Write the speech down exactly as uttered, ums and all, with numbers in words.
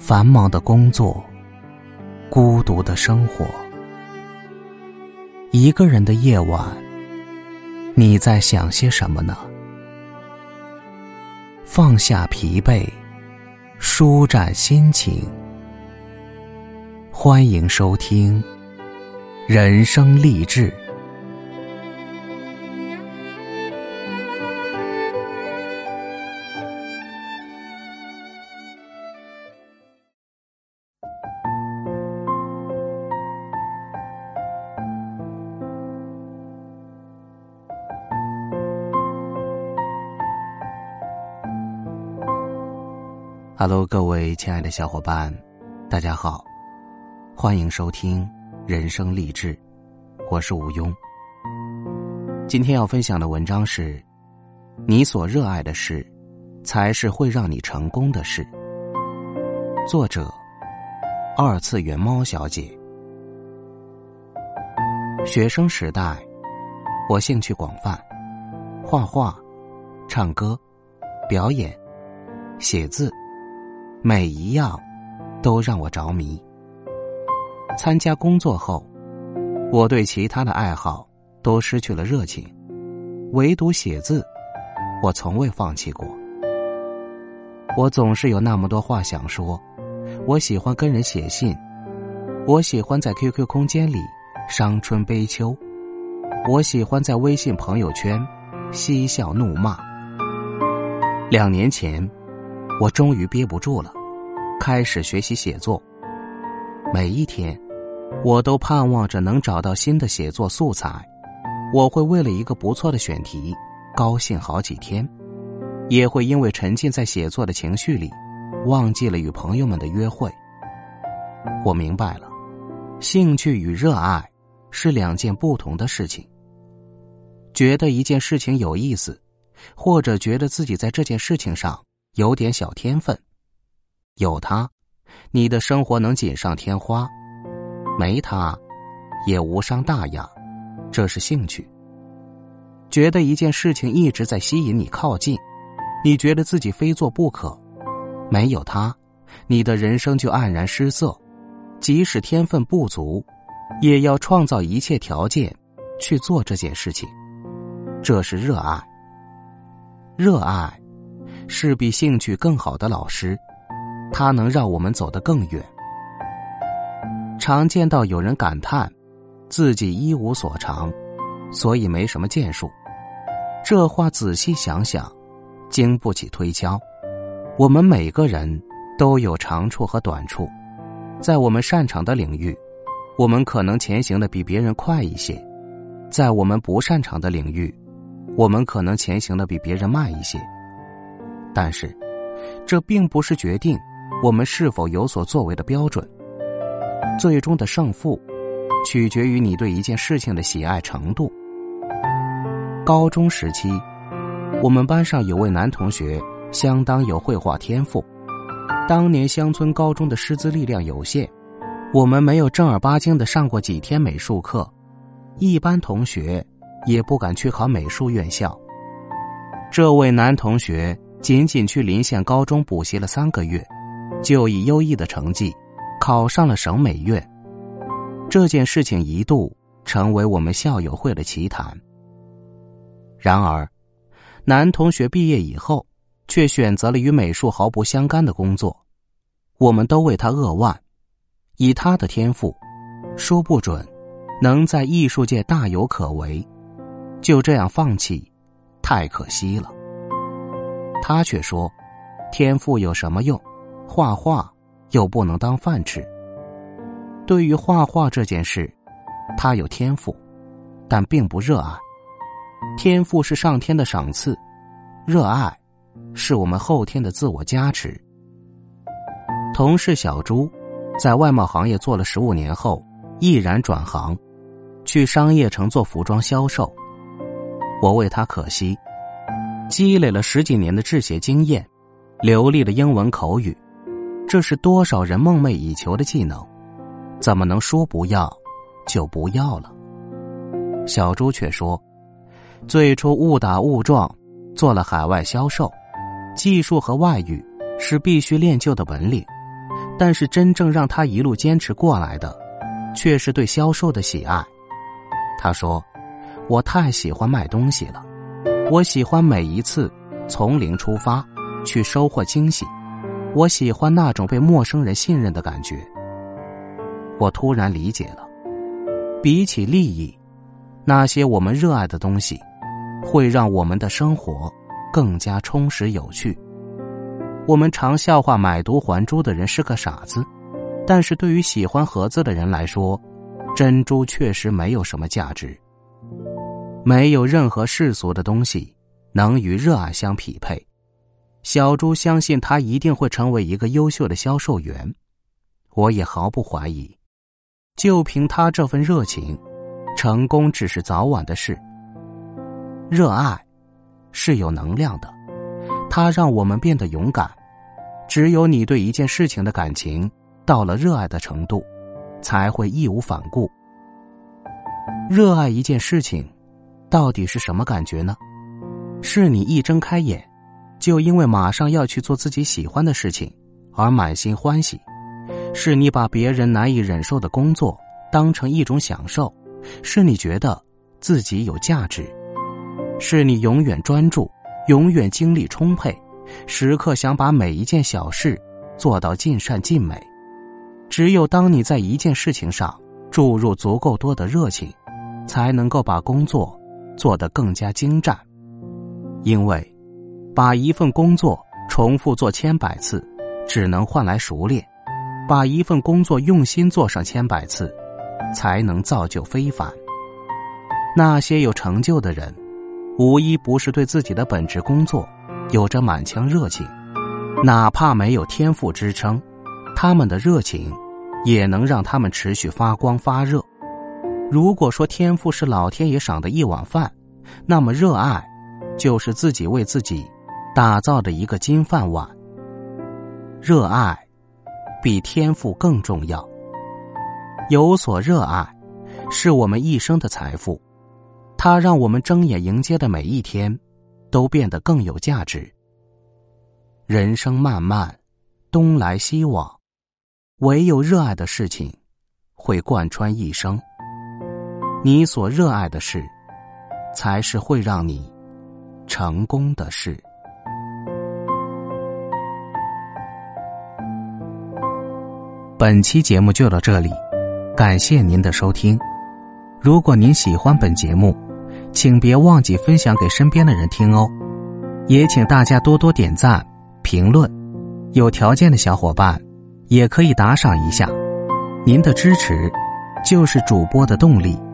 繁忙的工作，孤独的生活，一个人的夜晚，你在想些什么呢？放下疲惫，舒展心情。欢迎收听人生励志。Hello， 各位亲爱的小伙伴，大家好，欢迎收听人生励志，我是吴庸。今天要分享的文章是：你所热爱的事，才是会让你成功的事。作者：二次元猫小姐。学生时代，我兴趣广泛，画画、唱歌、表演、写字，每一样都让我着迷。参加工作后，我对其他的爱好都失去了热情，唯独写字，我从未放弃过。我总是有那么多话想说，我喜欢跟人写信，我喜欢在 Q Q 空间里伤春悲秋，我喜欢在微信朋友圈嬉笑怒骂。两年前，我终于憋不住了，开始学习写作。每一天，我都盼望着能找到新的写作素材。我会为了一个不错的选题高兴好几天，也会因为沉浸在写作的情绪里，忘记了与朋友们的约会。我明白了，兴趣与热爱是两件不同的事情。觉得一件事情有意思，或者觉得自己在这件事情上有点小天分，有它，你的生活能锦上添花；没它，也无伤大雅，这是兴趣。觉得一件事情一直在吸引你靠近，你觉得自己非做不可，没有它，你的人生就黯然失色，即使天分不足，也要创造一切条件去做这件事情，这是热爱。热爱是比兴趣更好的老师，它能让我们走得更远。常见到有人感叹自己一无所长，所以没什么建树。这话仔细想想，经不起推敲。我们每个人都有长处和短处，在我们擅长的领域，我们可能前行的比别人快一些；在我们不擅长的领域，我们可能前行的比别人慢一些。但是，这并不是决定我们是否有所作为的标准。最终的胜负，取决于你对一件事情的喜爱程度。高中时期，我们班上有位男同学相当有绘画天赋。当年乡村高中的师资力量有限，我们没有正儿八经的上过几天美术课，一般同学也不敢去考美术院校。这位男同学仅仅去临县高中补习了三个月，就以优异的成绩考上了省美院。这件事情一度成为我们校友会的奇谈。然而，男同学毕业以后，却选择了与美术毫不相干的工作。我们都为他扼腕，以他的天赋，说不准能在艺术界大有可为。就这样放弃，太可惜了。他却说，天赋有什么用？画画又不能当饭吃。对于画画这件事，他有天赋，但并不热爱。天赋是上天的赏赐，热爱是我们后天的自我加持。同事小朱在外贸行业做了十五年后，毅然转行，去商业城做服装销售。我为他可惜，积累了十几年的制鞋经验，流利的英文口语，这是多少人梦寐以求的技能，怎么能说不要就不要了？小朱却说，最初误打误撞做了海外销售，技术和外语是必须练就的本领， 但是真正让他一路坚持过来的，却是对销售的喜爱。他说，我太喜欢卖东西了，我喜欢每一次从零出发去收获惊喜，我喜欢那种被陌生人信任的感觉。我突然理解了，比起利益，那些我们热爱的东西会让我们的生活更加充实有趣。我们常笑话买椟还珠的人是个傻子，但是对于喜欢盒子的人来说，珍珠确实没有什么价值。没有任何世俗的东西能与热爱相匹配。小猪相信他一定会成为一个优秀的销售员，我也毫不怀疑，就凭他这份热情，成功只是早晚的事。热爱是有能量的，它让我们变得勇敢。只有你对一件事情的感情到了热爱的程度，才会义无反顾。热爱一件事情到底是什么感觉呢？是你一睁开眼就因为马上要去做自己喜欢的事情而满心欢喜，是你把别人难以忍受的工作当成一种享受，是你觉得自己有价值，是你永远专注，永远精力充沛，时刻想把每一件小事做到尽善尽美。只有当你在一件事情上注入足够多的热情，才能够把工作做得更加精湛。因为把一份工作重复做千百次，只能换来熟练；把一份工作用心做上千百次，才能造就非凡。那些有成就的人，无一不是对自己的本职工作有着满腔热情，哪怕没有天赋支撑，他们的热情也能让他们持续发光发热。如果说天赋是老天爷赏的一碗饭，那么热爱就是自己为自己打造的一个金饭碗。热爱比天赋更重要，有所热爱是我们一生的财富，它让我们睁眼迎接的每一天都变得更有价值。人生漫漫，东来西往，唯有热爱的事情会贯穿一生。你所热爱的事，才是会让你成功的事。本期节目就到这里，感谢您的收听。如果您喜欢本节目，请别忘记分享给身边的人听哦。也请大家多多点赞、评论，有条件的小伙伴也可以打赏一下。您的支持就是主播的动力。